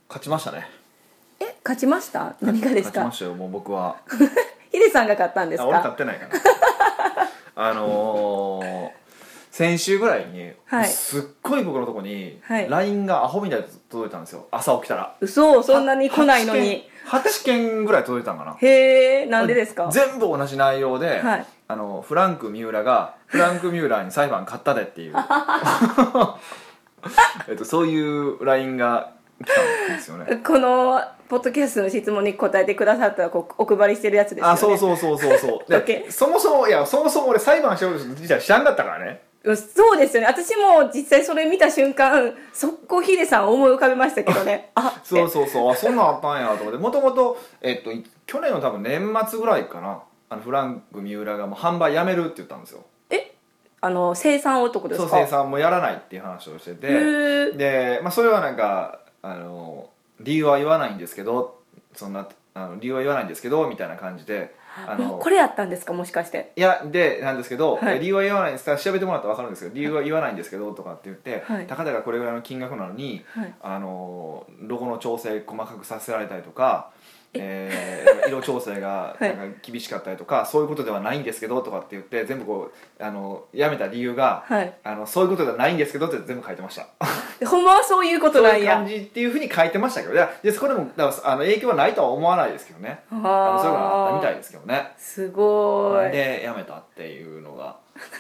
勝ちましたね。 勝ちました？何がですか？ 勝ちましたよ、もう僕は。 ヒデさんが勝ったんですか？ 俺勝ってないかな。先週ぐらいに、 はいすっごい僕のとこに、 はい LINE がアホみたいに届いたんですよ、朝起きたら。 嘘、そんなに来ないのに。 8件ぐらい届いたんかな。 へえ、なんでですか？ 全部同じ内容で、 はいフランク三浦がフランクミューラーに裁判勝ったでっていうそういう LINE が来たんですよね。 このポッドキャストの質問に答えてくださったらこうお配りしてるやつですよね。 あ、そうそうそうそうそうで、そもそも俺裁判してること自体知らんかったからね。 そうですよね。私も実際それ見た瞬間速攻ヒデさんを思い浮かべましたけどね。あ、 そうそうそう、あ、そんなんあったんやと思って。もともと去年の多分年末ぐらいかな、フランク三浦がもう販売やめるって言ったんですよ。 生産男ですか？ そう、生産もやらないっていう話をしてて、で、それはなんか理由は言わないんですけど、そんな理由は言わないんですけどみたいな感じで、 これやったんですか、もしかして？ いやでなんですけど、 はい理由は言わないんですから調べてもらったら分かるんですけど、理由は言わないんですけどとかって言って、 はいたかだかこれぐらいの金額なのに、 はいロゴの調整細かくさせられたりとか、色調整がなんか厳しかったりとか、そういうことではないんですけどとかって言って、全部こうやめた理由が、 はいそういうことではないんですけどって全部書いてました。 ほんまはそういうことそうなんや。 いう感じっていうふうに書いてましたけど、いやこれもだから影響はないとは思わないですけどね。そういうのがあったみたいですけどね。 すごい。 でやめたっていうのが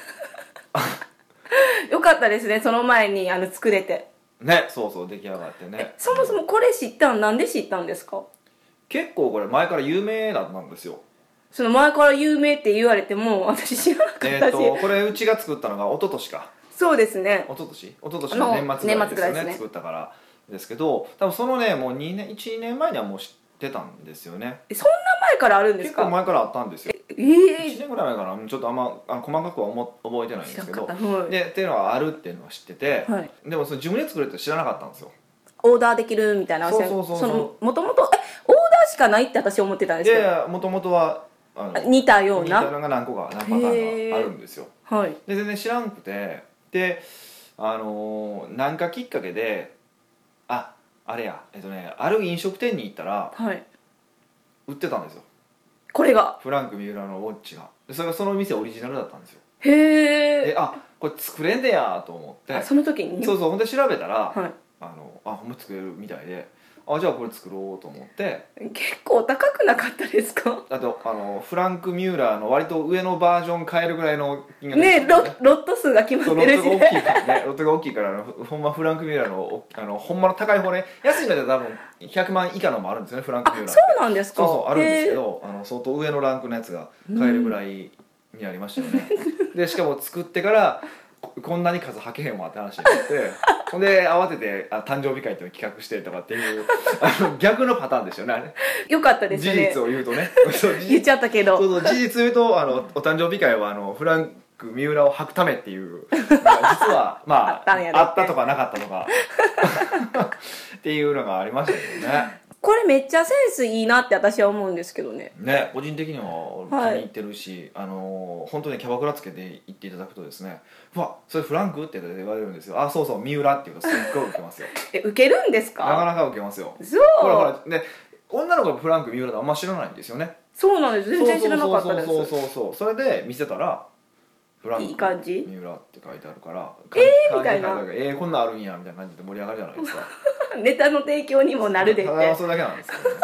よかったですね、その前に作れてね。そうそう、出来上がってね。 そもそもこれ知ったん、なんで知ったんですか？ 結構これ前から有名だったんですよ。 その前から有名って言われても私知らなかったし、 これうちが作ったのが一昨年か。 そうですね。 一昨年の年末ぐらいですよね、 年末ぐらいですね作ったからですけど、多分そのねもう12年前にはもう知ってたんですよね。 そんな前からあるんです結か？ 構前からあったんですよ。1 え年ぐらい前かな、ちょっとあんま細かくは覚えてないんですけど、 知らなかった。はいでっていうのはあるっていうのは知ってて、 はいでもその自分で作るって知らなかったんですよ。 オーダーできるみたいな。 そうもともとオーダーしかないって私思ってたんですけど、 いやいや、もともとは似たよう似たな。 のが何パターンかあるんですよ。 はいで全然知らんくて、で何かきっかけであれやある飲食店に行ったらはい売ってたんですよ、 これが。 フランク三浦のウォッチが。でそれがその店オリジナルだったんですよ。 へえ。 でこれ作れんねやと思って、 その時に。 そうそう、ほんで調べたら、 はいほんま作れるみたいで、じゃあこれ作ろうと思って。 結構高くなかったですか？ あとフランク・ミューラーの割と上のバージョン買えるぐらいの金額ね、 ですよね。 ロット数が決まそうってるしロットが大きいからね、ロットが大きいからほんまフランク・ミューラーのほんまの高い方ね、安いので多分100万以下のもあるんですよね、フランク・ミューラーって。 そうなんですか？ そうそう、あるんですけど、相当上のランクのやつが買えるぐらいになりましたよね。でしかも作ってからこんなに数はけへんわって話になってほんで慌てて誕生日会っていうのを企画してとかっていう逆のパターンですよね、あれ。 よかったです事ね。 実を言うとね言っちゃったけど。 そう事実言うとお誕生日会はフランク三浦を履くためっていう実はあったんやであったとかなかったとかっていうのがありましたけどね。 これめっちゃセンスいいなって私は思うんですけどね。 ね、個人的には気に入ってるし、本当にキャバクラつけて行っていただくとですね、うわそれフランクって言われるんですよ。そうそう三浦っていうとすっごい受けますよ。 受けるんですか？ なかなか受けますよ。 そう。 ほらで女の子がフランク三浦ってあんま知らないんですよね。 そうなんです。全然知らなかったです。 そうそれで見せたらフランクいい感じ三浦って書いてあるからみたいなこんなんあるんやみたいな感じで盛り上がるじゃないですか。 ネタの提供にもなるでって。 それだけなんですけどね。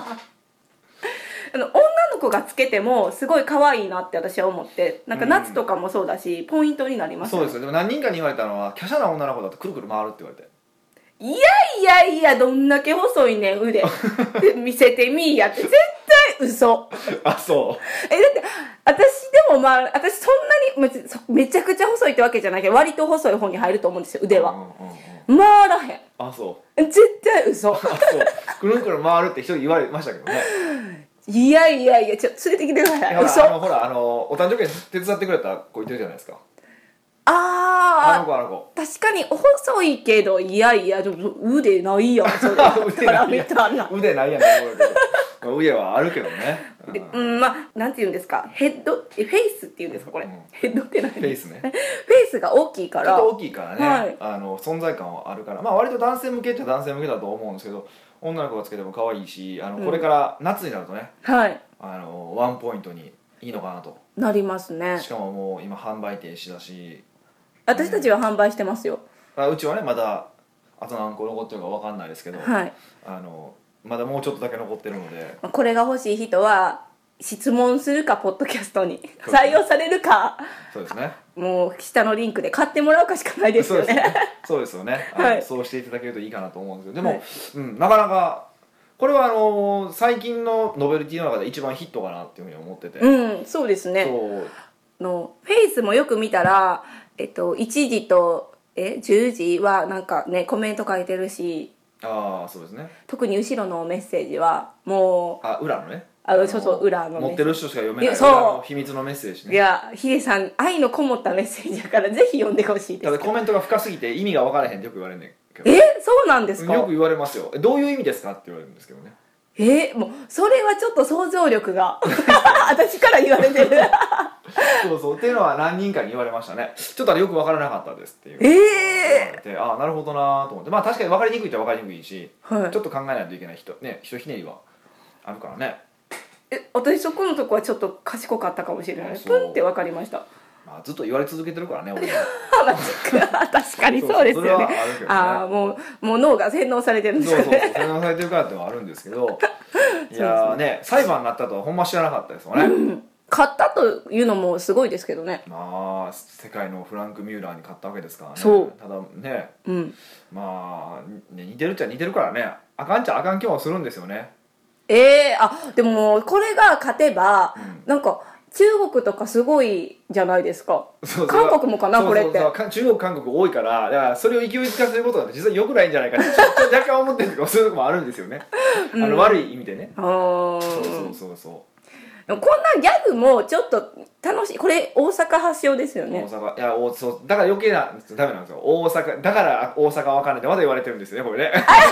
女の子がつけてもすごい可愛いなって私は思って、なんか夏とかもそうだし、ポイントになりますよね。 そうですよ。でも何人かに言われたのは華奢な女の子だとくるくる回るって言われて、 いやどんだけ細いねん腕で見せてみーやって絶対嘘。 そうだって私でも私そんなにめちゃくちゃ細いってわけじゃないけど割と細い方に入ると思うんですよ、腕は。回らへん。 そう絶対嘘。 そうくるくる回るって一人言われましたけどね。 いやちょっと連れてきてください。嘘。 ほらお誕生日手伝ってくれた子いてるじゃないですか。 あの子確かに細いけどちょっと腕ないやんそれから見たら腕ないやんと思うけど上はあるけどね、 でまあなんていうんですか、フェイスっていうんですかこれ、ヘッドって何？ フェイスね。 フェイスが大きいからちょっと大きいからね、 はい、 存在感はあるから、まあ割と男性向けっちゃ男性向けだと思うんですけど、女の子がつけても可愛いし、これから夏になるとね、 はい、 ワンポイントにいいのかなと。 なりますね。 しかももう今販売停止だし、 私たちは販売してますよ。 うちはねまだあと何個残ってるか分かんないですけど、 はい、 まだもうちょっとだけ残ってるので、 これが欲しい人は質問するかポッドキャストに採用されるか、 そうですね、 もう下のリンクで買ってもらうかしかないですよね。 そうですよね、 はい、 そうしていただけるといいかなと思うんですけど、でも、なかなかこれは最近のノベルティの中で一番ヒットかなっていうふうに思ってて、 そうですね。 そうのフェイスもよく見たら、1時と10時はなんかねコメント書いてるし、 そうですね、 特に後ろのメッセージはもう裏のね、 そう裏の持ってる人しか読めないそう裏の秘密のメッセージね。 いやヒデさん愛のこもったメッセージだからぜひ読んでほしいです。 ただコメントが深すぎて意味が分からへんってよく言われるねんけど、 そうなんですか？ よく言われますよ。どういう意味ですかって言われるんですけどね。 もうそれはちょっと想像力が私から言われてるそうっていうのは何人かに言われましたね。ちょっとよく分からなかったですっていう言われて、なるほどなと思って、まあ確かに分かりにくいっちゃ分かりにくいし、 はい、 ちょっと考えないといけないひとひねりはあるからね。 私そこのとこはちょっと賢かったかもしれない。プンって分かりました。 まあ、ずっと言われ続けてるからね俺確かにそうですよね。もう脳が洗脳されてるんですよね。 洗脳されてるからってのはあるんですけどいやね、裁判になったとはほんま知らなかったですよね、 勝ったというのもすごいですけどね。 まあ世界のフランク・ミューラーに勝ったわけですからね。 そうただね、まあ似てるっちゃ似てるからね、あかんちゃあかん気もするんですよね。 でもこれが勝てば、なんか中国とかすごいじゃないですか。韓国もかなこれって。 中国韓国多いから、だからそれを勢いづかせることは実は良くないんじゃないかって若干思ってるとかそういうとこもあるんですよね、悪い意味でね。そうこんなギャグもちょっと楽しい。これ大阪発祥ですよね。 大阪、いやそうだから余計なダメなんですよ。大阪だから大阪わかんないってまだ言われてるんですよねこれね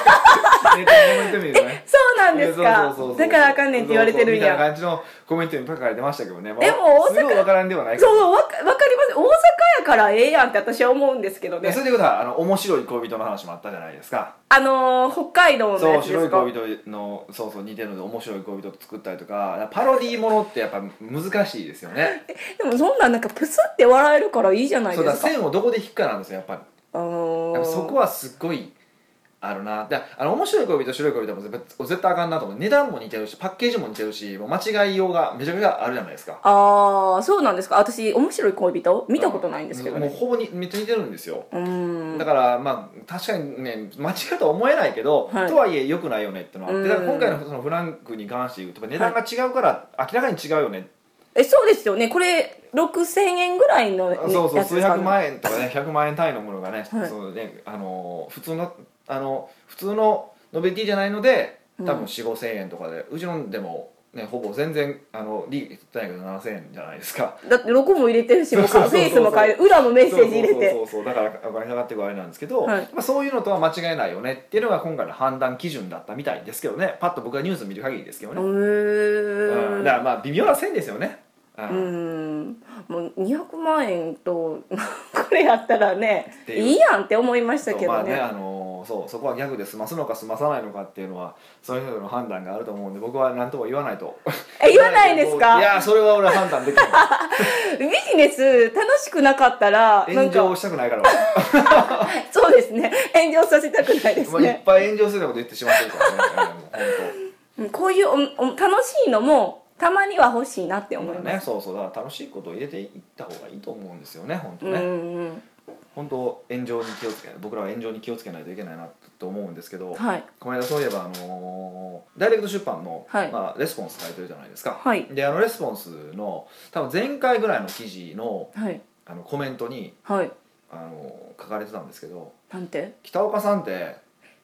そうなんですか。だからあかんねんって言われてるんやみたいな感じのコメントに書かれてましたけどね。 でも大阪すごいわからんではないそうわかります。大阪やからええやんって私は思うんですけどね。 それでいうことは面白い恋人の話もあったじゃないですか。 北海道のやつですか。 白い恋人の似てるので面白い恋人作ったりとか、パロディーものってやっぱ難しいですよね。 でもそんなんかプスって笑えるからいいじゃないですか。 そうだ、線をどこで引くかなんですよやっぱり。そこはすっごいあるな。で面白い恋人白い恋人も絶対あかんなと思う。値段も似てるしパッケージも似てるし、もう間違いようがめちゃくちゃあるじゃないですか。 そうなんですか。私面白い恋人見たことないんですけどね。 もうほぼめっちゃ似てるんですよ。だからまあ確かにね間違いとは思えないけど、とはいえ良くないよねってのはあって、だから今回のそのフランクに関して言うと値段が違うから明らかに違うよね。 そうですよね。これ6000円ぐらいのそう数百万円とかね100万円単位のものがね、普通のノベルティじゃないので多分4、5千円とかで、うちのでもねほぼ全然利益取ってないけど7000円じゃないですか。 だってロゴも入れてるし、フェイスも変える、裏もメッセージ入れて、 だからお金かかってくるあれなんですけど、そういうのとは間違いないよねっていうのが今回の判断基準だったみたいですけどね。パッと僕がニュース見る限りですけどね。だからまあ微妙な線ですよね。 もう200万円とこれやったらねいいやんって思いましたけどね。 そこはギャグで済ますのか済まさないのかっていうのはそういう人の判断があると思うんで、僕は何とも言わないと。 言わないんですか？ いやそれは俺は判断できないビジネス楽しくなかったら炎上したくないからそうですね、炎上させたくないですね。 いっぱい炎上するようなこと言ってしまってるからね本当こういう楽しいのもたまには欲しいなって思います、 そうだから楽しいことを入れていった方がいいと思うんですよね本当ね。本当炎上に気をつけない、僕らは炎上に気をつけないといけないなと思うんですけど、この間そういえばダイレクト出版の、レスポンス書いてるじゃないですか、でレスポンスの多分前回ぐらいの記事の、コメントに、書かれてたんですけど、 なんて北岡さんって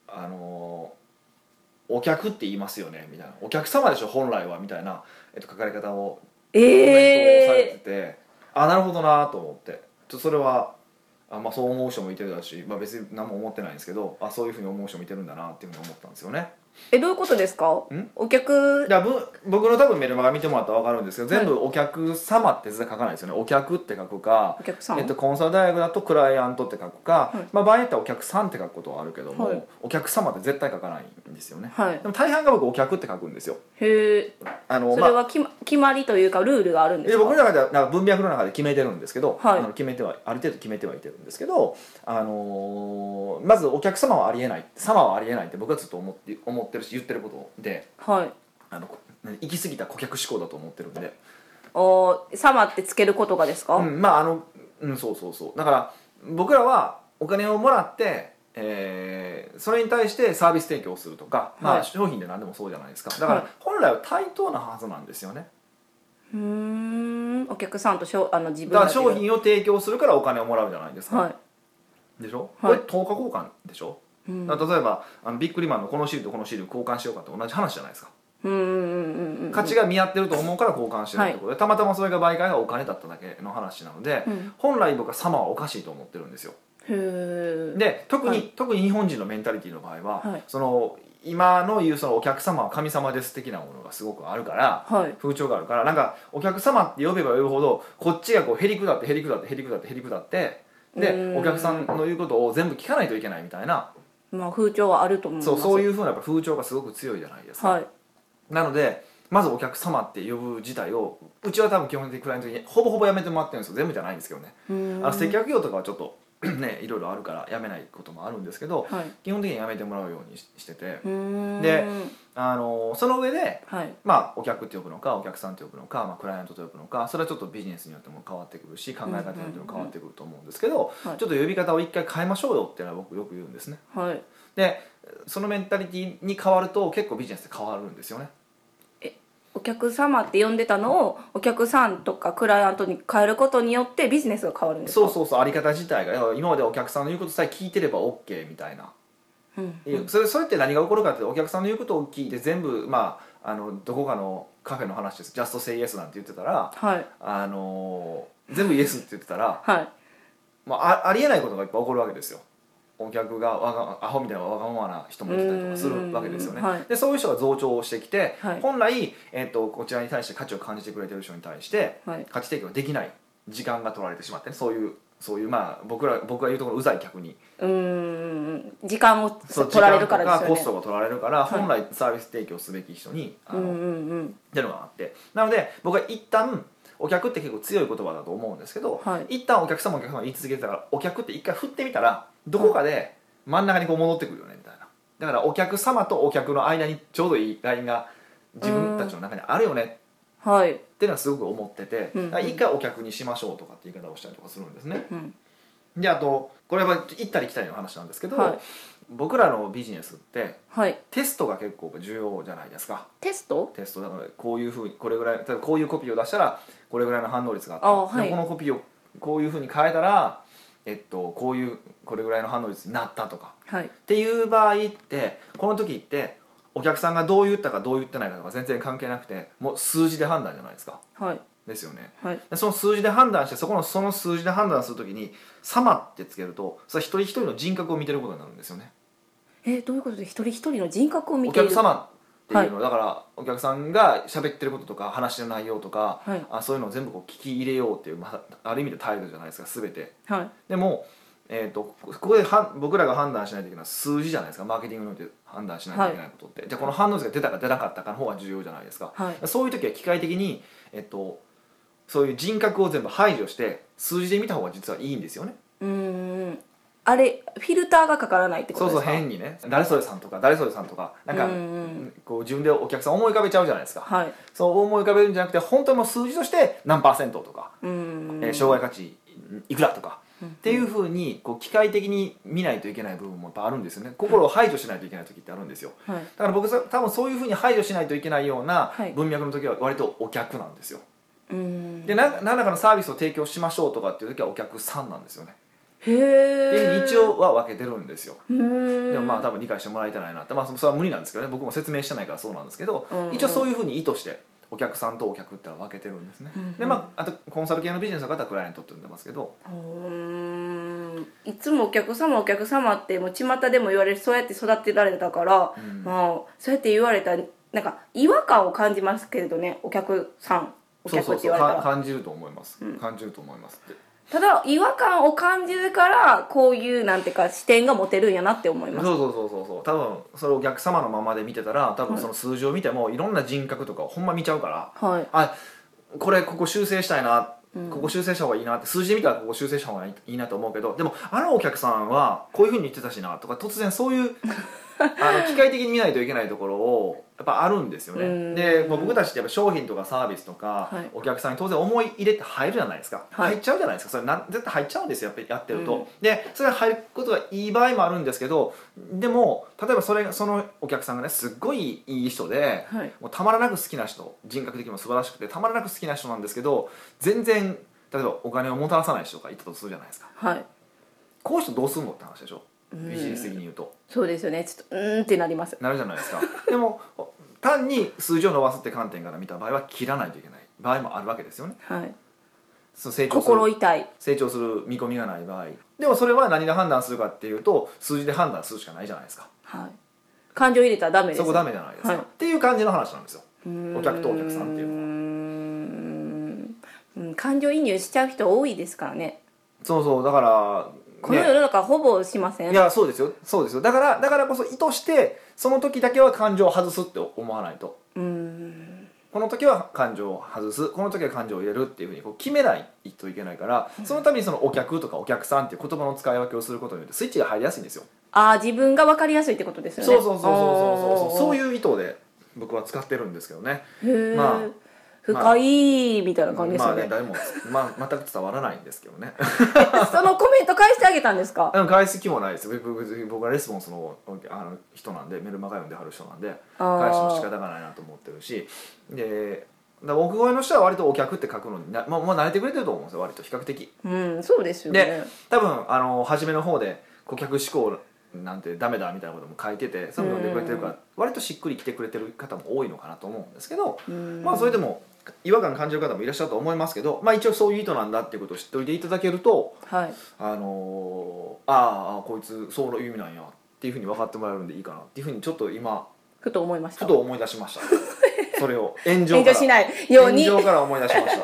お客って言いますよねみたいな、お客様でしょ本来はみたいな、書かれ方をコメントをされてて、なるほどなと思って、それはそう思う人もいてるだし、別に何も思ってないんですけど、そういうふうに思う人もいてるんだなっていうふうに思ったんですよね。 どういうことですか？お客僕の多分メルマガ見てもらったら分かるんですけど、全部お客様って絶対書かないですよね。お客って書くか、 お客さん、 コンサル大学だとクライアントって書くか、場合によってはお客さんって書くことはあるけども、お客様って絶対書かないんですよね。でも大半が僕お客って書くんですよ。 へえ。それは決まりというかルールがあるんですか？ 僕の中ではなんか文脈の中で決めてるんですけど、ある程度決めてはいてるんですけど、まずお客様はありえない、様はありえないって僕はずっと思ってるし言ってることで、行き過ぎた顧客思考だと思ってるんで。 様ってつけることがですか？ そうだから僕らはお金をもらって、それに対してサービス提供するとか、商品で何でもそうじゃないですか。だから本来は対等なはずなんですよね。 お客さんと自分だから商品を提供するからお金をもらうじゃないですか、でしょ、これ等価交換でしょ、例えばビックリマンのこのシールとこのシール交換しようかって同じ話じゃないですか。価値が見合ってると思うから交換してるってことで、たまたまそれが媒介がお金だっただけの話なので、本来僕は様はおかしいと思ってるんですよ。で特に日本人のメンタリティの場合は、その今の言うそのお客様は神様です的なものがすごくあるから、風潮があるから、なんかお客様って呼べば呼ぶほどこっちがこうへりくだってでお客さんの言うことを全部聞かないといけないみたいな、 風潮はあると思います。 そういうふうなやっぱ風潮がすごく強いじゃないですか。なのでまずお客様って呼ぶ自体をうちは多分基本的にクライアントにほぼやめてもらってるんですよ。全部じゃないんですけどね。接客業とかはちょっとね、いろいろあるからやめないこともあるんですけど、基本的にやめてもらうようにしてて、でその上で、お客って呼ぶのかお客さんって呼ぶのか、クライアントと呼ぶのか、それはちょっとビジネスによっても変わってくるし、考え方によっても変わってくると思うんですけど、ちょっと呼び方を一回変えましょうよっていうのは僕よく言うんですね。でそのメンタリティに変わると結構ビジネスって変わるんですよね。 お客様って呼んでたのをお客さんとかクライアントに変えることによってビジネスが変わるんですか？ そうあり方自体が今までお客さんの言うことさえ聞いてれば OK みたいな、それって何が起こるかってお客さんの言うことを聞いて全部どこかのカフェの話です、ジャストセイイエスなんて言ってたら、全部イエスって言ってたら、ありえないことがいっぱい起こるわけですよ。お客がアホみたいなわがままな人もいたりとかするわけですよね。でそういう人が増長してきて、本来、こちらに対して価値を感じてくれてる人に対して価値提供ができない時間が取られてしまって、そういう僕が言うところうざい客に時間を取られるからですよね。 コストが取られるから、本来サービス提供すべき人にっていうのがあって、なので僕は一旦お客って結構強い言葉だと思うんですけど、一旦お客様言い続けてたから、お客って一回振ってみたらどこかで真ん中にこう戻ってくるよねみたいな。だからお客様とお客の間にちょうどいいラインが自分たちの中にあるよねっていうのはすごく思ってて、一回お客にしましょうとかって言い方をしたりとかするんですね。であとこれは行ったり来たりの話なんですけど、僕らのビジネスって、テストが結構重要じゃないですか。 テストだからこういうふうにこれぐらい、例えばこういうコピーを出したらこれぐらいの反応率があった、このコピーをこういうふうに変えたらこれぐらいの反応率になったとか、っていう場合ってこの時ってお客さんがどう言ったかどう言ってないかとか全然関係なくて、もう数字で判断じゃないですか。ですよね。その数字で判断して、その数字で判断する時に「様」ってつけると、それ一人一人の人格を見てることになるんですよね。 どういうことで一人一人の人格を見ている？ お客様っていうのは、だからお客さんが喋ってることとか話の内容とか、そういうのを全部こう聞き入れようっていう、ある意味で態度じゃないですか全て。でも、ここで僕らが判断しないといけない数字じゃないですか。マーケティングにおいて判断しないといけないことって、じゃあこの反応率が出たか出なかったかの方が重要じゃないですか。そういう時は機械的に、そういう人格を全部排除して数字で見た方が実はいいんですよね。 あれフィルターがかからないってことですか？ 変にね、誰それさんとか誰それさんとかなんかこう自分でお客さん思い浮かべちゃうじゃないですか。そう思い浮かべるんじゃなくて、本当にもう数字として何%とか、障害価値いくらとかっていうふうにこう機械的に見ないといけない部分もやっぱあるんですよね。心を排除しないといけない時ってあるんですよ。だから僕多分そういうふうに排除しないといけないような文脈の時は割とお客なんですよ。で何らかのサービスを提供しましょうとかっていう時はお客さんなんですよね。っていう一応は分けてるんですよ。でも多分理解してもらえてないなって、それは無理なんですけどね。僕も説明してないからそうなんですけど、一応そういうふうに意図してお客さんとお客ってのは分けてるんですね。であとコンサル系のビジネスの方はクライアントって呼んでますけど、 いつもお客様ってもう巷でも言われる、そうやって育てられたから、まあそうやって言われたらなんか違和感を感じますけれどね、お客さんお客って言われたら感じると思います、感じると思いますって。 ただ違和感を感じるからこういうなんていうか視点が持てるんやなって思います。 そう多分それをお客様のままで見てたら多分その数字を見てもいろんな人格とかをほんま見ちゃうから、 はい、 あここ修正したいな、ここ修正した方がいいなって数字で見たらここ修正した方がいいなと思うけど、でもあのお客さんはこういうふうに言ってたしなとか突然そういう機械的に見ないといけないところをやっぱあるんですよね。で僕たちってやっぱ商品とかサービスとか、はい、お客さんに当然思い入れて入るじゃないですか、はい、入っちゃうじゃないですか。それ絶対入っちゃうんですよやっぱりやってると、でそれが入ることがいい場合もあるんですけど、でも例えばそのお客さんがねすっごいいい人で、はい、もうたまらなく好きな人、人格的にも素晴らしくてたまらなく好きな人なんですけど、全然例えばお金をもたらさない人がいたとするじゃないですか、はい、こういう人どうするのって話でしょ、ビジネス的に言うと。 そうですよね、ちょっとってなります。 なるじゃないですかでも単に数字を伸ばすって観点から見た場合は切らないといけない場合もあるわけですよね、はい、心痛い成長する見込みがない場合でもそれは何で判断するかっていうと数字で判断するしかないじゃないですか、はい、 感情入れたらダメです。 そこダメじゃないですか、はい、っていう感じの話なんですよ、お客とお客さんっていうのは。感情移入しちゃう人多いですからね。 そうだからこの世の中ほぼしません。 いやそうですよだからこそ意図してその時だけは感情を外すって思わないと、この時は感情を外す、この時は感情を入れるっていうふうにこう決めないといけないから、そのためにそのお客とかお客さんっていう言葉の使い分けをすることによってスイッチが入りやすいんですよ。 自分が分かりやすいってことですよね。 そういう意図で僕は使ってるんですけどね。まあ深いみたいな感じですよね。 誰も、全く伝わらないんですけどねそのコメント返してあげたんですか？ 返す気もないです。僕はレスポンスの人なんで、メルマガ読んではる人なんで返しも仕方がないなと思ってるし、で奥越えの人は割とお客って書くのにもう慣れてくれてると思うんですよ、割と比較的。 そうですよね。 で多分初めの方で顧客志向なんてダメだみたいなことも書いてて、そういうの読んでくれてるから割としっくりきてくれてる方も多いのかなと思うんですけど、それでも違和感感じる方もいらっしゃると思いますけど、一応そういう意図なんだっていうことを知っておいていただけると、はい、こいつそういう意味なんやっていうふうに分かってもらえるんでいいかなっていうふうにちょっと今ふと思い出しましたそれを炎上しないように炎上から思い出しました、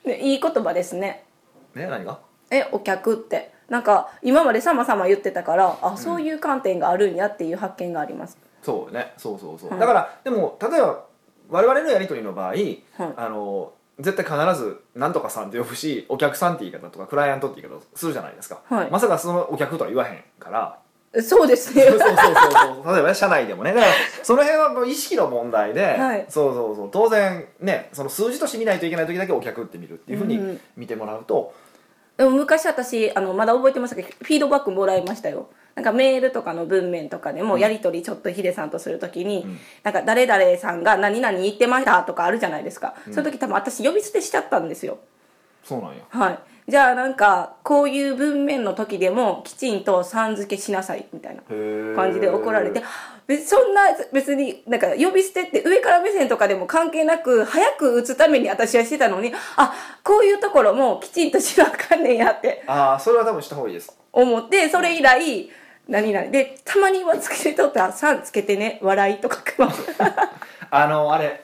いい言葉ですね。 何がお客ってなんか今まで様々言ってたから、そういう観点があるんやっていう発見があります。 そうね、そう、だからでも例えば我々のやり取りの場合、絶対必ず何とかさんって呼ぶし、お客さんって言い方とかクライアントって言い方をするじゃないですか、はい、まさかそのお客とは言わへんから。 そうですね。 そう例えばね、社内でもね、だからその辺は意識の問題で、はい、そう当然ね、その数字として見ないといけない時だけお客って見るっていうふうに見てもらうと、 でも昔私まだ覚えてますけどフィードバックもらいましたよ。なんかメールとかの文面とかでもやり取りちょっとヒデさんとするときに、なんか誰々さんが何々言ってましたとかあるじゃないですか、その時多分私呼び捨てしちゃったんですよ。 そうなんや。 はい。じゃあなんかこういう文面の時でもきちんとさん付けしなさいみたいな感じで怒られて、そんな別になんか呼び捨てって上から目線とかでも関係なく早く打つために私はしてたのに、こういうところもきちんとしなあかんねんやって、 それは多分した方がいいです思って、それ以来何々でたまにはつけてとったらさんつけてね笑いとかくますあれ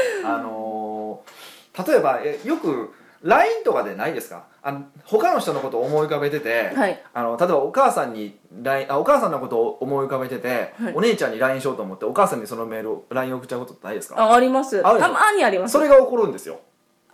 例えばよく LINE とかでないですか、他の人のことを思い浮かべてて、はい、例えばお母さんにお母さんのことを思い浮かべてて、はい、お姉ちゃんに LINE しようと思ってお母さんにそのメールを LINE 送っちゃうことってないですか？ あります。たまにあります。 それが起こるんですよ。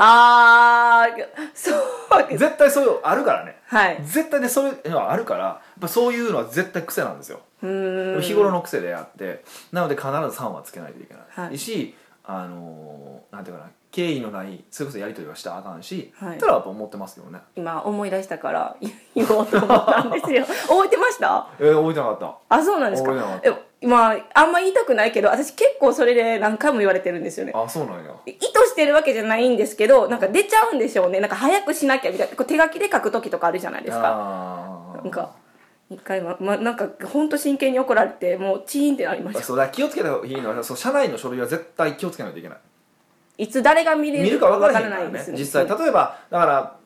そう絶対そういうのあるからね、 はい、 絶対ねそういうのはあるから、やっぱそういうのは絶対癖なんですよ。日頃の癖であって、なので必ず3はつけないといけない、はい、しなんていうかな、敬意のないそれこそやり取りはしたらあかんし、はい、とはやっぱ思ってますけどね。 今思い出したから言おうと思ったんですよ覚えてました？ 覚えてなかった。 そうなんですか。あんま言いたくないけど私結構それで何回も言われてるんですよね。 そうなんや。 意図してるわけじゃないんですけど、なんか出ちゃうんでしょうね。なんか早くしなきゃみたいな、手書きで書く時とかあるじゃないですか。なんか一回なんか本当真剣に怒られてもうチーンってなりました。 そうだ、気をつけた方がいいのは社内の書類は絶対気をつけないといけない。 いつ誰が見るか分からないんですね。実際例えばだから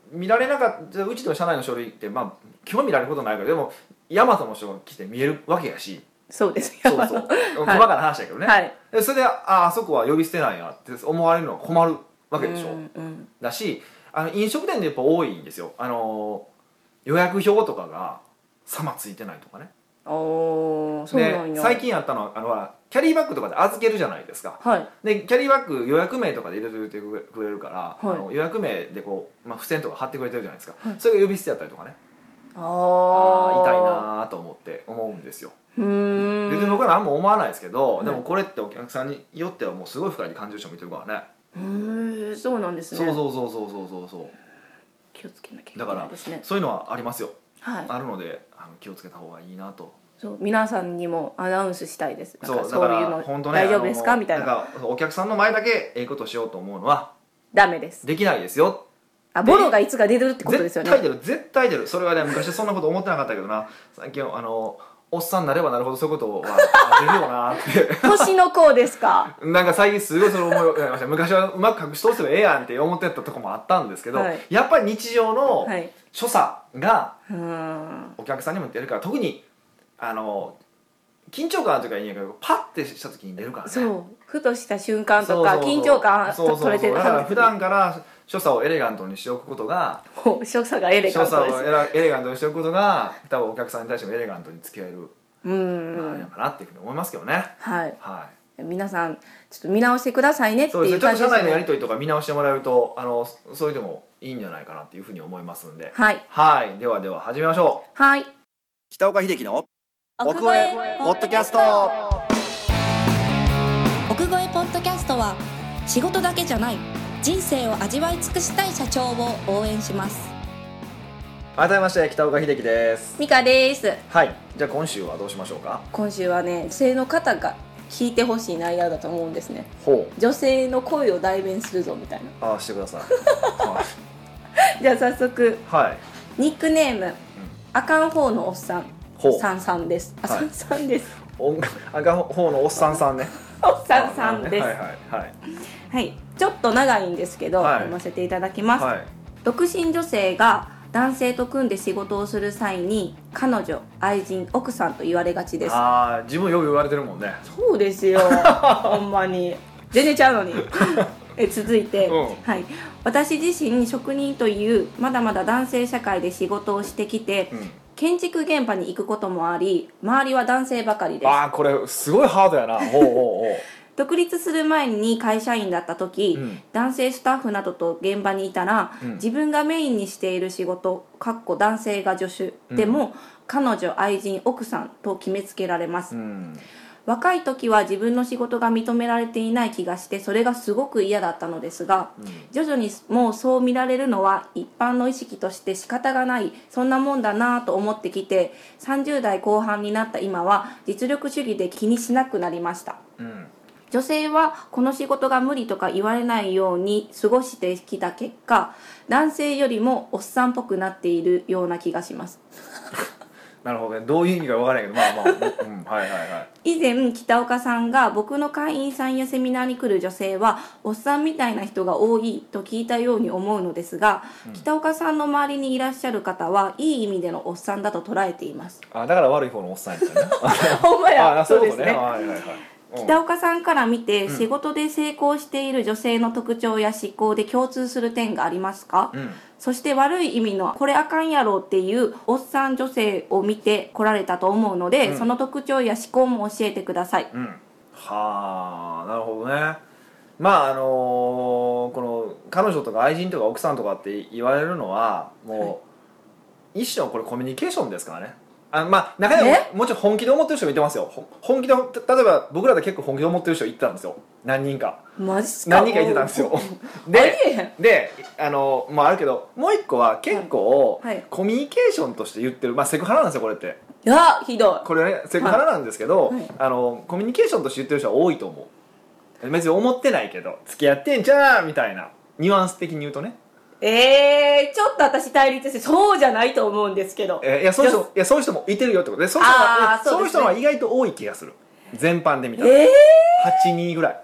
見られなかったうちの社内の書類ってまあ基本見られることないからでも大和の人が来て見えるわけやしそうですそうそう細かな話だけどね、 はい、 でそれであそこは呼び捨てなんやって思われるのは困るわけでしょ、だし飲食店でやっぱ多いんですよ予約表とかが様ついてないとかね。 そうなんや。 最近あったのはキャリーバッグとかで預けるじゃないですか、はい、でキャリーバッグ予約名とかで入れてくれるから、はい、予約名でこう、付箋とか貼ってくれてるじゃないですか、はい、それが呼び捨てやったりとかね痛いなと思うんですよ。別に僕は何も思わないですけど、でもこれってお客さんによってはもうすごい深いに感じる人もいてるからね。 そうなんですね。 そう気をつけなきゃいけないですね。 だからそういうのはありますよ、 はい、 あるので気をつけた方がいいなと。 そう皆さんにもアナウンスしたいです。 そういうの本当、ね、大丈夫ですかみたいな。 お客さんの前だけええことしようと思うのはダメです。 できないですよ。 ボロがいつか出るってことですよね。 絶対出る。それはね昔そんなこと思ってなかったけどな、最近おっさんになればなるほどそういうことは出るよなって年の子ですかなんか最近すごいそれ思いました。昔はうまく隠し通せばええやんって思ってたとこもあったんですけど、はい、やっぱり日常の所作がお客さんにも出るから、特に緊張感というかいいんやけどパッてした時に出るからね。 そうふとした瞬間とか緊張感取れてる。 だから普段から所作をエレガントにしておくことが所作がエレガントです。 所作をエレガントにしておくことが多分お客さんに対してもエレガントに付き合えるなんやかなっていうふうに思いますけどね。 はい、はい、皆さんちょっと見直してくださいねっていう感じですね。 ちょっと社内のやり取りとか見直してもらえるとそれでもいいんじゃないかなっていうふうに思いますんで、 はい、 はい、では始めましょう。 はい、 北岡秀樹の奥越えポッドキャスト。 奥越えポッドキャストは仕事だけじゃない人生を味わい尽くしたい社長を応援します。 改めまして北岡秀樹です。 美香です。 はい、じゃあ今週はどうしましょうか。 今週はね女性の方が聞いてほしい内容だと思うんですね。 ほう、 女性の声を代弁するぞみたいな。 してくださいはい、じゃあ早速、 はい、 ニックネーム、あかん方のおっさんさんです。 はい、 さんです。 あかん方のおっさんさんね。 おっさんさんです。 はいはいはい、 はい、ちょっと長いんですけど、読ませていただきます。はい、独身女性が男性と組んで仕事をする際に彼女、愛人、奥さんと言われがちです。 自分よく言われてるもんね。 そうですよほんまに全然ちゃうのに続いて、はい、私自身職人というまだまだ男性社会で仕事をしてきて、建築現場に行くこともあり周りは男性ばかりです。 これすごいハードやな。ほうほうほう独立する前に会社員だった時、男性スタッフなどと現場にいたら、自分がメインにしている仕事男性が助手でも、彼女、愛人、奥さんと決めつけられます。若い時は自分の仕事が認められていない気がしてそれがすごく嫌だったのですが、徐々にもうそう見られるのは一般の意識として仕方がない、そんなもんだなと思ってきて、30代後半になった今は実力主義で気にしなくなりました。女性はこの仕事が無理とか言われないように過ごしてきた結果、男性よりもおっさんっぽくなっているような気がしますなるほどね。どういう意味か分からないけど、はいはいはい。 以前北岡さんが僕の会員さんやセミナーに来る女性はおっさんみたいな人が多いと聞いたように思うのですが、北岡さんの周りにいらっしゃる方はいい意味でのおっさんだと捉えています。 だから悪い方のおっさんやったねほんまや。そうですね。 はいはいはい。 北岡さんから見て、仕事で成功している女性の特徴や思考で共通する点がありますか？そして悪い意味のこれあかんやろっていうおっさん女性を見てこられたと思うので、その特徴や思考も教えてください。 はあ、なるほどね。この彼女とか愛人とか奥さんとかって言われるのはもう一種のこれコミュニケーションですからね。中にはもちろん本気で思ってる人もいてますよ。本気で、例えば僕らで結構本気で思ってる人いてたんですよ。何人か。 マジっすか？ 何人かいてたんですよ。であるけど、もう一個は結構、コミュニケーションとして言ってる、セクハラなんですよこれって。 いやひどい。 これねセクハラなんですけど、コミュニケーションとして言ってる人は多いと思う。別に思ってないけど付き合ってんじゃんみたいなニュアンス的に言うとね。 ちょっと私対立してそうじゃないと思うんですけど、 そういう人もいてるよってことで、そういう人は意外と多い気がする。全般で見たら、8人ぐらい。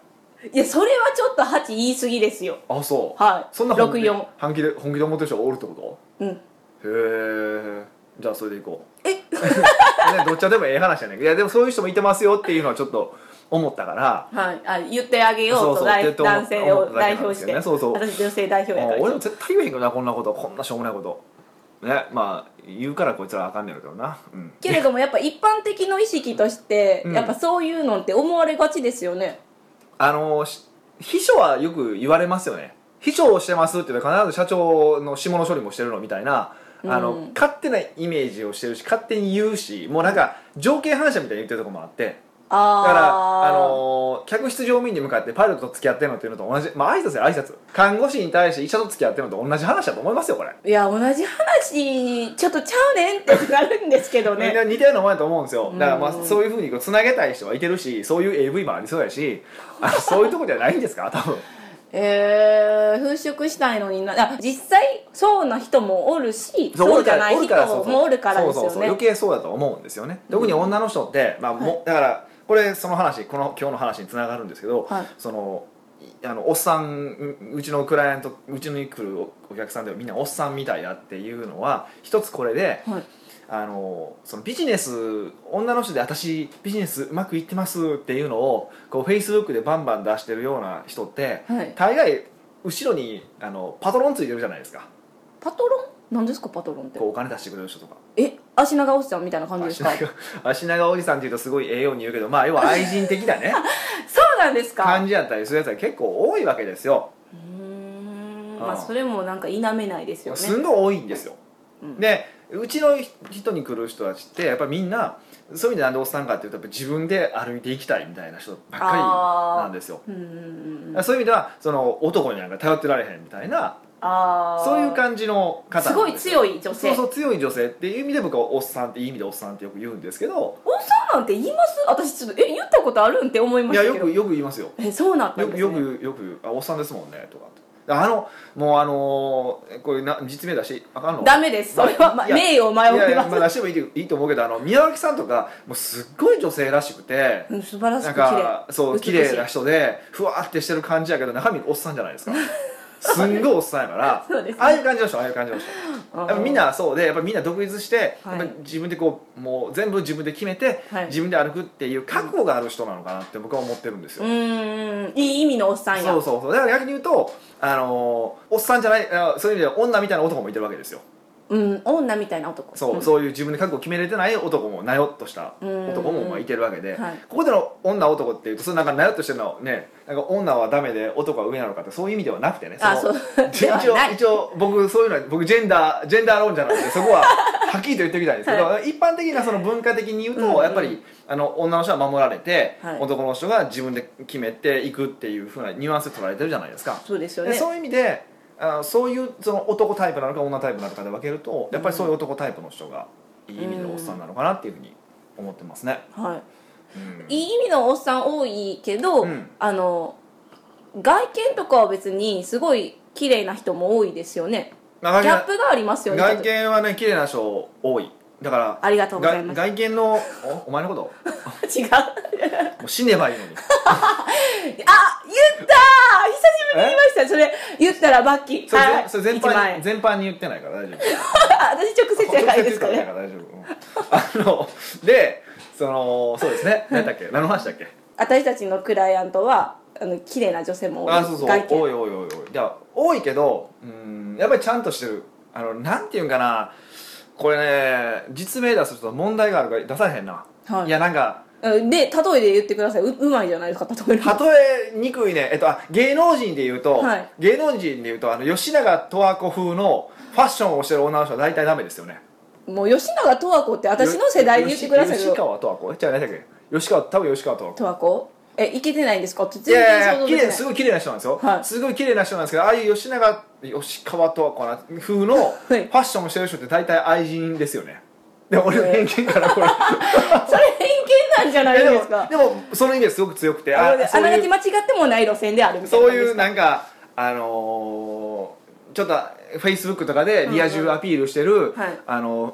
いやそれはちょっと8言い過ぎですよ。 あ、そう。 はいそんな本気で 64。 本気で思ってる人がおるってこうん。 と？へえ。じゃあそれでいこう。 えね、どっちでもええ話じゃない。いやでもそういう人もいてますよっていうのはちょっと思ったから。 はい、あ言ってあげようとそうそう男性を代表して、 そうそう私女性代表やから俺も絶対言えへんけどな、こんなこと、こんなしょうもないことね。まあ言うからこいつらあかんねやろけどな、うん、 けれどもやっぱ一般的の意識として、 うんやっぱそういうのって思われがちですよね。 秘書はよく言われますよね。秘書をしてますって言ったら必ず社長の下の処理もしてるのみたいな、勝手なイメージをしてるし、勝手に言うし、もうなんか条件反射みたいに言ってるところもあって、だから客室乗務員に向かってパイロットと付き合ってるのっていうのと同じ、まあ挨拶や挨拶、看護師に対して医者と付き合ってるのと同じ話だと思いますよこれ。 いや同じ話ちょっとちゃうねんってなるんですけどね。 みんな似たようなもんやと思うんですよ。だからまあそういうふうにつなげたい人はいてるし、そういう AV もありそうやし、そういうとこじゃないんですか多分。 払拭したいのにな。実際そうな人もおるし、そうじゃない人もおるからですよね。 そう余計そうだと思うんですよね。特に女の人って、まあだからこれその話、今日の話につながるんですけど、 はい、 おっさん、うちのクライアント、うちに来るお客さんではみんなおっさんみたいだっていうのは一つこれで、 はい、 そのビジネス、女の人で私ビジネスうまくいってますっていうのをこうフェイスブックでバンバン出してるような人って、 はい、 大概後ろにパトロンついてるじゃないですか。 パトロン何ですかパトロンって？ こうお金出してくれる人とか。 足長おじさんみたいな感じですか？ 足長おじさんっていうとすごいええように言うけど、まあ要は愛人的だねそうなんですか？ 感じやったりするやつは結構多いわけですよ。 まあそれもなんか否めないですよね。 すんごい多いんですよ、でうちの人に来る人たちってやっぱりみんなそういう意味でなんでおっさんかっていうとやっぱ自分で歩いていきたいみたいな人ばっかりなんですよ。そういう意味ではその男になんか頼ってられへんみたいな、そういう感じの方なんですよ。 すごい強い女性。 そう強い女性っていう意味で僕はおっさんっていい意味でおっさんってよく言うんですけど。 おっさんなんて言います？私ちょっと言ったことあるんって思いましたけど。 いやよく言いますよ。 そうなんですね。 よくおっさんですもんねとか。もうこれ実名だしあかんの？ダメです。それは名誉を前置きます。 まあ出してもいいと思うけど宮脇さんとかもうすっごい女性らしくて、 素晴らしく綺麗な人でふわってしてる感じやけど中身おっさんじゃないですか。すんごいおっさんやからそうです、ね、 ああいう感じの人みんなそうでやっぱみんな独立して、やっぱ自分でこうもう全部自分で決めて、自分で歩くっていう覚悟がある人なのかなって僕は思ってるんですよ。 いい意味のおっさんや。 そうだから逆に言うとおっさんじゃないそういう意味では女みたいな男もいてるわけですよ。 女みたいな男。 そういう自分で覚悟を決めれてない男もなよっとした男もいてるわけで、ここでの女男っていうとそれなんかなよっとしてるのね、なんか女はダメで男は上なのかってそういう意味ではなくてね。一応僕そういうのは僕ジェンダー論者なのでそこははっきりと言っておきたいんですけど、一般的なその文化的に言うとやっぱり女の人は守られて、男の人が自分で決めていくっていう風なニュアンスで取られてるじゃないですか。 そうですよね。 そういう意味でそういうその男タイプなのか女タイプなのかで分けるとやっぱりそういう男タイプの人がいい意味でおっさんなのかなっていうふうに思ってますね。 いい意味のおっさん多いけど、外見とかは別にすごい綺麗な人も多いですよね。ギャップがありますよね。 外見はね綺麗な人多い。だからありがとうございます。 外見のお前のこと違うもう死ねばいいのに言った久しぶりに言いました。それ言ったらバッキーそれ全般に言ってないから大丈夫私直接じゃないですかね。 大丈夫でそうですね何だっけ何の話だっけ。 私たちのクライアントは綺麗な女性も多い。 そう多いじゃあ多いけどやっぱりちゃんとしてるなんていうんかな、これね実名出すと問題があるから出さへんな、いやなんかで例えで言ってください。うまいじゃないですか例えにくいね。芸能人で言うと、吉永十和子風のファッションをしてる女の人は大体ダメですよね。 もう吉永十和子って私の世代で言ってください。 吉川十和子じゃあ何だっけ。多分吉川十和子いけてないんですか。 全然想像できない。すごい綺麗な人なんですよ、すごい綺麗な人なんですけど、ああいう吉川十和子風のファッションをしてる人って大体愛人ですよね。で俺の偏見からこれそれ偏見なんじゃないですか。 でもその意味ですごく強くて、 あながち間違ってもない路線であるみたいな。 そういうなんかちょっとフェイスブックとかでリア充アピールしてる、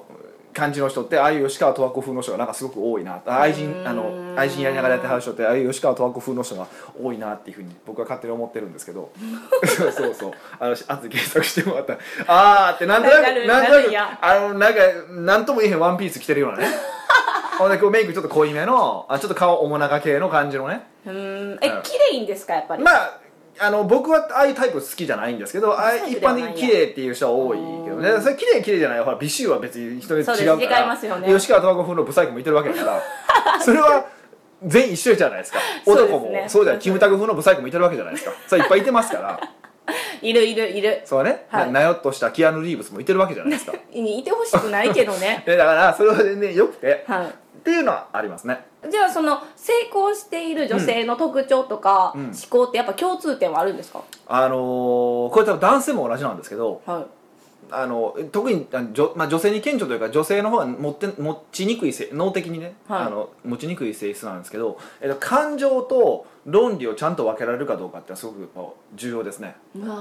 感じの人ってああいう吉川十和子風の人がなんかすごく多いな、愛人やりながらやってはる人ってああいう吉川十和子風の人が多いなっていうふうに僕は勝手に思ってるんですけどそうそうそう、後で検索してもらったらあーってなんとなくなんとも言えへんワンピース着てるようなねほんでこうメイクちょっと濃いめのちょっと顔面長系の感じのね。 綺麗いんですかやっぱり。 まあ僕はああいうタイプ好きじゃないんですけど、一般的に綺麗っていう人は多いけどね。それ綺麗じゃない、ほら美醜は別に人で違うから。 違いますよね。 吉川十和子風のブサイクもいてるわけだからそれは全員一緒じゃないですか。男もそうじゃない、キムタク風のブサイクもいてるわけじゃないですか。それいっぱいいてますからいる。 そうね、なよっとしたキアヌ・リーブスもいてるわけじゃないですかいてほしくないけどねだからそれはねよくて、っていうのはありますね。 じゃあその成功している女性の特徴とか思考ってやっぱ共通点はあるんですか？ これ多分男性も同じなんですけど、特に女性に顕著というか女性の方が持ちにくい脳的にね、持ちにくい性質なんですけど、感情と論理をちゃんと分けられるかどうかってすごく重要ですね。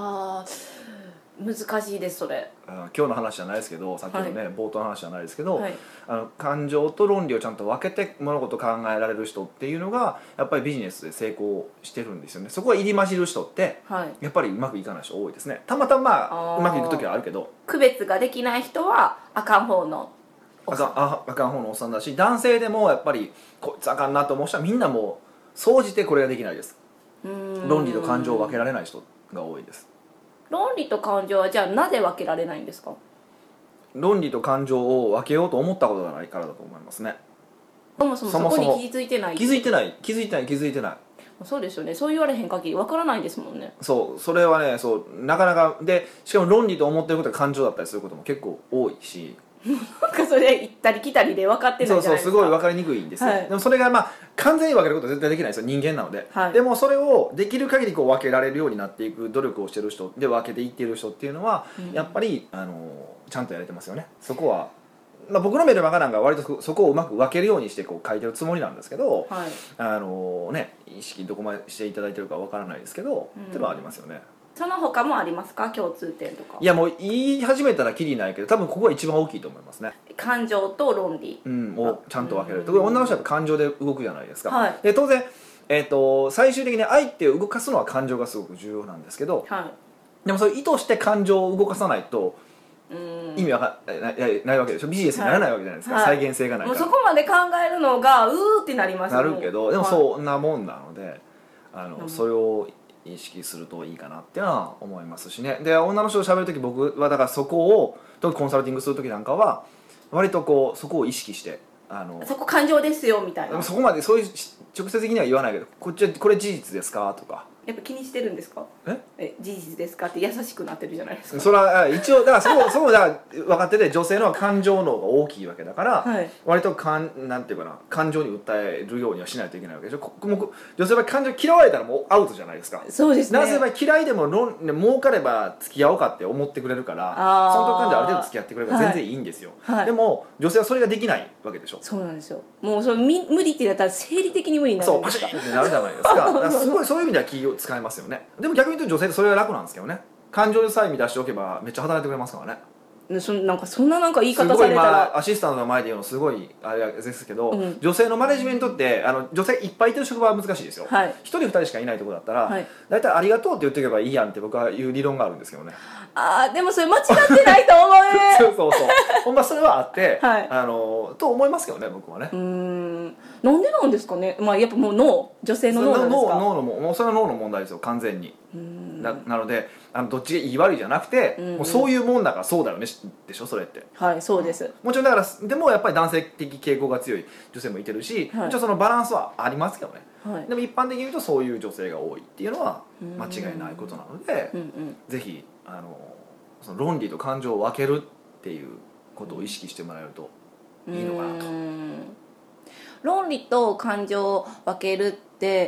難しいですそれ。 今日の話じゃないですけど、さっきのね、冒頭の話じゃないですけど、感情と論理をちゃんと分けて物事を考えられる人っていうのがやっぱりビジネスで成功してるんですよね。そこは入り混じる人ってやっぱりうまくいかない人多いですね。たまたまうまくいく時はあるけど、 区別ができない人はあかん方のあかん方のおっさんだし、男性でもやっぱりこいつあかんなと思う人はみんなもう総じてこれができないです。論理と感情を分けられない人が多いです。 論理と感情はじゃあなぜ分けられないんですか？ 論理と感情を分けようと思ったことがないからだと思いますね。 そもそもそこに気づいてない。 気づいてないそうですよね。そう言われへん限り分からないですもんね。 それはね、なかなかで、しかも論理と思ってることが感情だったりすることも結構多いしなんかそれ行ったり来たりで分かってないじゃないですか。 すごい分かりにくいんですよ、でもそれが完全に分けることは絶対できないですよ、人間なので、でもそれをできる限り分けられるようになっていく努力をしてる人で分けていっている人っていうのは、やっぱりちゃんとやれてますよね。そこは僕のメルマガなんかは割とそこをうまく分けるようにして書いてるつもりなんですけど、意識どこまでしていただいてるか分からないですけど、っていうのはありますよね。 その他もありますか、共通点とか？ いやもう言い始めたらキリないけど、多分ここが一番大きいと思いますね。 感情と論理、 をちゃんと分ける。女の人は感情で動くじゃないですか、で当然、最終的に相手を動かすのは感情がすごく重要なんですけど、でもそれ意図して感情を動かさないと意味はないわけでしょ。ビジネスにならないわけじゃないですか、再現性がないから。 もうそこまで考えるのがってなりますよね。 なるけど、でもそんなもんなので、それを意識するといいかなっていうのは思いますしね。で女の人と喋る時、僕はだからそこをコンサルティングする時なんかは割とそこを意識して、 そこ感情ですよみたいな、 そこまでそういう直接的には言わないけど、これ事実ですかとか、 やっぱ気にしてるんですか？事実ですかって優しくなってるじゃないですか。 それは一応だからそこだから分かってて、女性のは感情の方が大きいわけだから、割となんていうかな、感情に訴えるようにはしないといけないわけでしょ。女性は感情嫌われたらもうアウトじゃないですか。 そうですね。 男性は嫌いでも儲かれば付き合おうかって思ってくれるから、その時感情ある程度付き合ってくれるから全然いいんですよ、でも女性はそれができないわけでしょ。 そうなんですよ。もう無理ってなったら生理的に無理になるんですか。 パシッってなるじゃないですか。だからすごいそういう意味では気を使えますよね。でも逆に言うと女性ってそれが楽なんですけどね。感情さえ満たしておけばめっちゃ働いてくれますからね。 そんな言い方されたら、 アシスタントの前で言うのすごいあれですけど、女性のマネジメントって女性いっぱいいてる職場は難しいですよ、1人2人しかいないところだったら、大体ありがとうって言っておけばいいやんって僕は言う理論があるんですけどね。 でもそれ間違ってないと思うそうほんまそれはあって、と思いますけどね、僕はね。 なんでなんですかね。やっぱもう女性の脳なんですか。 もうそれは脳の問題ですよ、完全に。なのでどっちがいい悪いじゃなくて、もうそういうもんだからそうだよねでしょ、それって。 そうです、 もちろんだから、でもやっぱり男性的傾向が強い女性もいてるし、もちろんそのバランスはありますけどね、でも一般的に言うとそういう女性が多いっていうのは間違いないことなので、ぜひその論理と感情を分けるっていうことを意識してもらえるといいのかなと。 論理と感情を分けるって、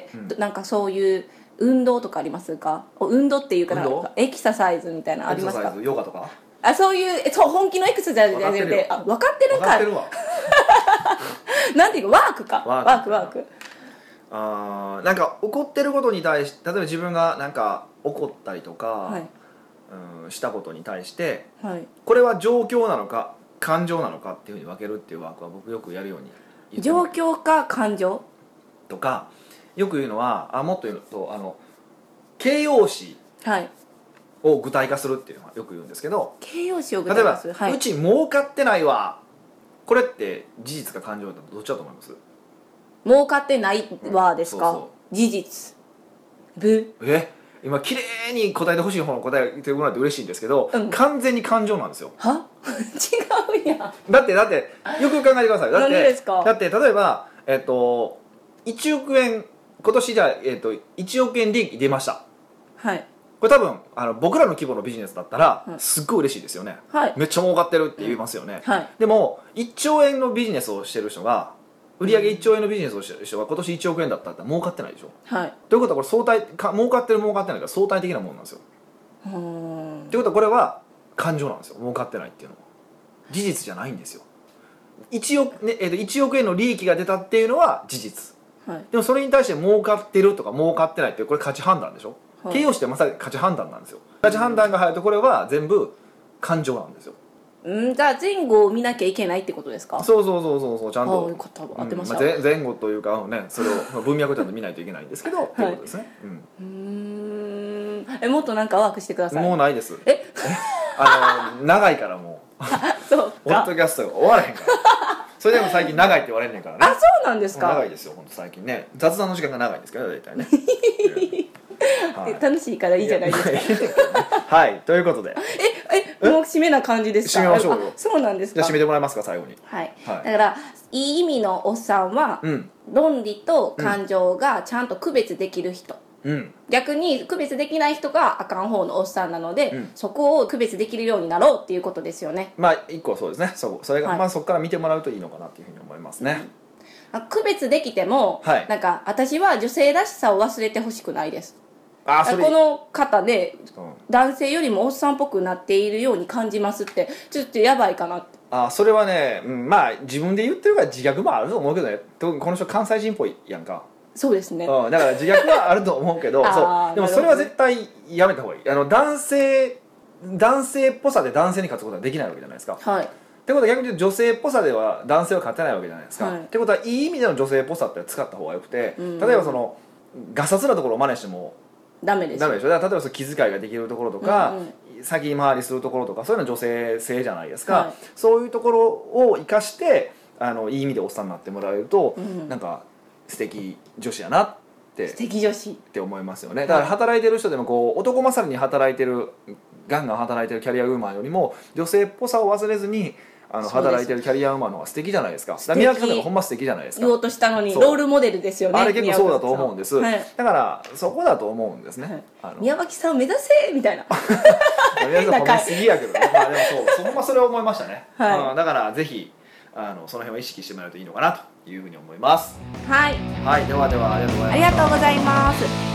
なんかそういう運動とかありますか？運動っていうか、なんかエクササイズみたいなのありますか？ エクササイズ、ヨガとか、 そういう本気のエクササイズじゃなくて、分かってるか、なんていうか、ワークか、ワークなんか怒ってることに対して、例えば自分がなんか怒ったりとか、したことに対して、これは状況なのか感情なのかっていうふうに分けるっていうワークは僕よくやるように言って状ます況か感情とか、よく言うのはもっと言うと形容詞はいを具体化するっていうのはよく言うんですけど、 形容詞を具例えば、 体化する、はい、 うち儲かってないわ、これって事実か感情だとどっちだと思います？ 儲かってないわですか、 そうそう事実今綺麗に答えてほしい方の答えてもらって嬉しいんですけど、 うん、 完全に感情なんですよ。 は違うやん。 だってよく考えてください。 なんでですか？ だって例えば1億円今年じゃ1億円利益出ました。 はい。 これ多分僕らの規模のビジネスだったら、 はい、 すっごい嬉しいですよね、 はい、 めっちゃ儲かってるって言いますよね、 はい、 でも1兆円のビジネスをしてる人が売上1兆円のビジネスをしてる人が今年1億円だったら儲かってないでしょ、はい、ということはこれ相対儲かってる儲かってないが相対的なものなんですよ。ということはこれは感情なんですよ。儲かってないっていうのは事実じゃないんですよ。1億円の利益が出たっていうのは事実、はい、でもそれに対して儲かってるとか儲かってないってこれ価値判断でしょ、はい、形容詞ってまさに価値判断なんですよ。価値判断が入るとこれは全部感情なんですよ。 じゃあ前後を見なきゃいけないってことですか？ そうちゃんと合ってました、 前後というかね、それを文脈をちゃんと見ないといけないんですけど、はい、ということですね、 もっとなんかワークしてください。 もうないです。長いからもうそうか、 ポッドキャストが終わらへんからそれでも最近長いって言われんねんからね。 あ、そうなんですか？ 長いですよ本当最近ね。雑談の時間が長いんですけど大体ねはい、楽しいからいいじゃないですかはい、ということでもう締めな感じですか？ 締めましょうよ。 そうなんですか？ じゃあ締めてもらえますか最後に。 はい、はい、だからいい意味のおっさんは、論理と感情がちゃんと区別できる人、逆に区別できない人があかん方のおっさんなので、そこを区別できるようになろうっていうことですよね。 まあ一個そうですね。それが、はい、そこから見てもらうといいのかなっていうふうに思いますね。 区別できても、はい、なんか私は女性らしさを忘れてほしくないです。この方で、男性よりもおっさんっぽくなっているように感じますってちょっとやばいかなって。 それはね、まあ自分で言ってるから自覚もあると思うけどね。この人関西人っぽいやんか。 そうですね、 だから自覚はあると思うけどそうでもそれは絶対やめた方がいい。男性っぽさで男性に勝つことはできないわけじゃないですか。はい。ってことは逆に言うと女性っぽさでは男性は勝てないわけじゃないですか。はい、ってことはいい意味での女性っぽさって使った方がよくて、例えばそのガサツなところを真似してもダメでしょ。だから例えばその気遣いができるところとか、先回りするところとかそういうのは女性性じゃないですか、はい、そういうところを生かしていい意味でおっさんになってもらえると、なんか素敵女子やなって素敵女子って思いますよね。だから働いてる人でもこう男勝りに働いてるガンガン働いてるキャリアウーマンよりも女性っぽさを忘れずに働いてるキャリアウーマンの方が素敵じゃないですか。宮崎さんがほんま素敵じゃないですか。 言おうとしたのにロールモデルですよね。 あれ結構そうだと思うんです、はい、だからそこだと思うんですね、 はい、宮脇さんを目指せみたいな宮脇さん褒めすぎやけどねまあでもほんまそれを思いましたね、はい、だからぜひその辺を意識してもらうといいのかなというふうに思います。 はい、 はい、ではありがとうございました。 ありがとうございます。